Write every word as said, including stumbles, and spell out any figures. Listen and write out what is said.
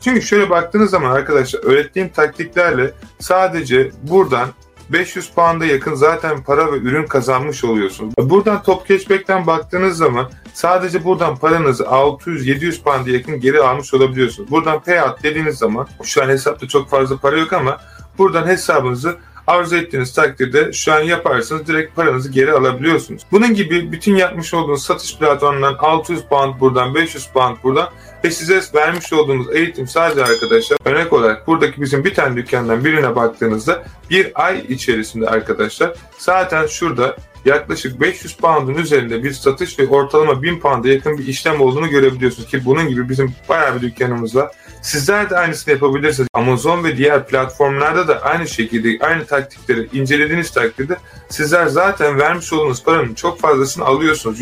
Çünkü şöyle baktığınız zaman arkadaşlar, öğrettiğim taktiklerle sadece buradan beş yüz pound'a yakın zaten para ve ürün kazanmış oluyorsunuz. Buradan Top Cashback'ten baktığınız zaman sadece buradan paranızı altı yüz yedi yüz pound'a yakın geri almış olabiliyorsunuz. Buradan payout dediğiniz zaman, şu an hesapta çok fazla para yok ama buradan hesabınızı arzu ettiğiniz takdirde şu an yaparsanız direkt paranızı geri alabiliyorsunuz. Bunun gibi bütün yapmış olduğunuz satış platformundan altı yüz pound buradan, beş yüz pound buradan ve size vermiş olduğumuz eğitim sadece arkadaşlar, örnek olarak buradaki bizim bir tane dükkandan birine baktığınızda bir ay içerisinde arkadaşlar zaten şurada yaklaşık beş yüz pound'un üzerinde bir satış ve ortalama bin pound'a yakın bir işlem olduğunu görebiliyorsunuz ki bunun gibi bizim bayağı bir dükkanımız var. Sizler de aynısını yapabilirsiniz. Amazon ve diğer platformlarda da aynı şekilde aynı taktikleri incelediğiniz takdirde sizler zaten vermiş olduğunuz paranın çok fazlasını alıyorsunuz.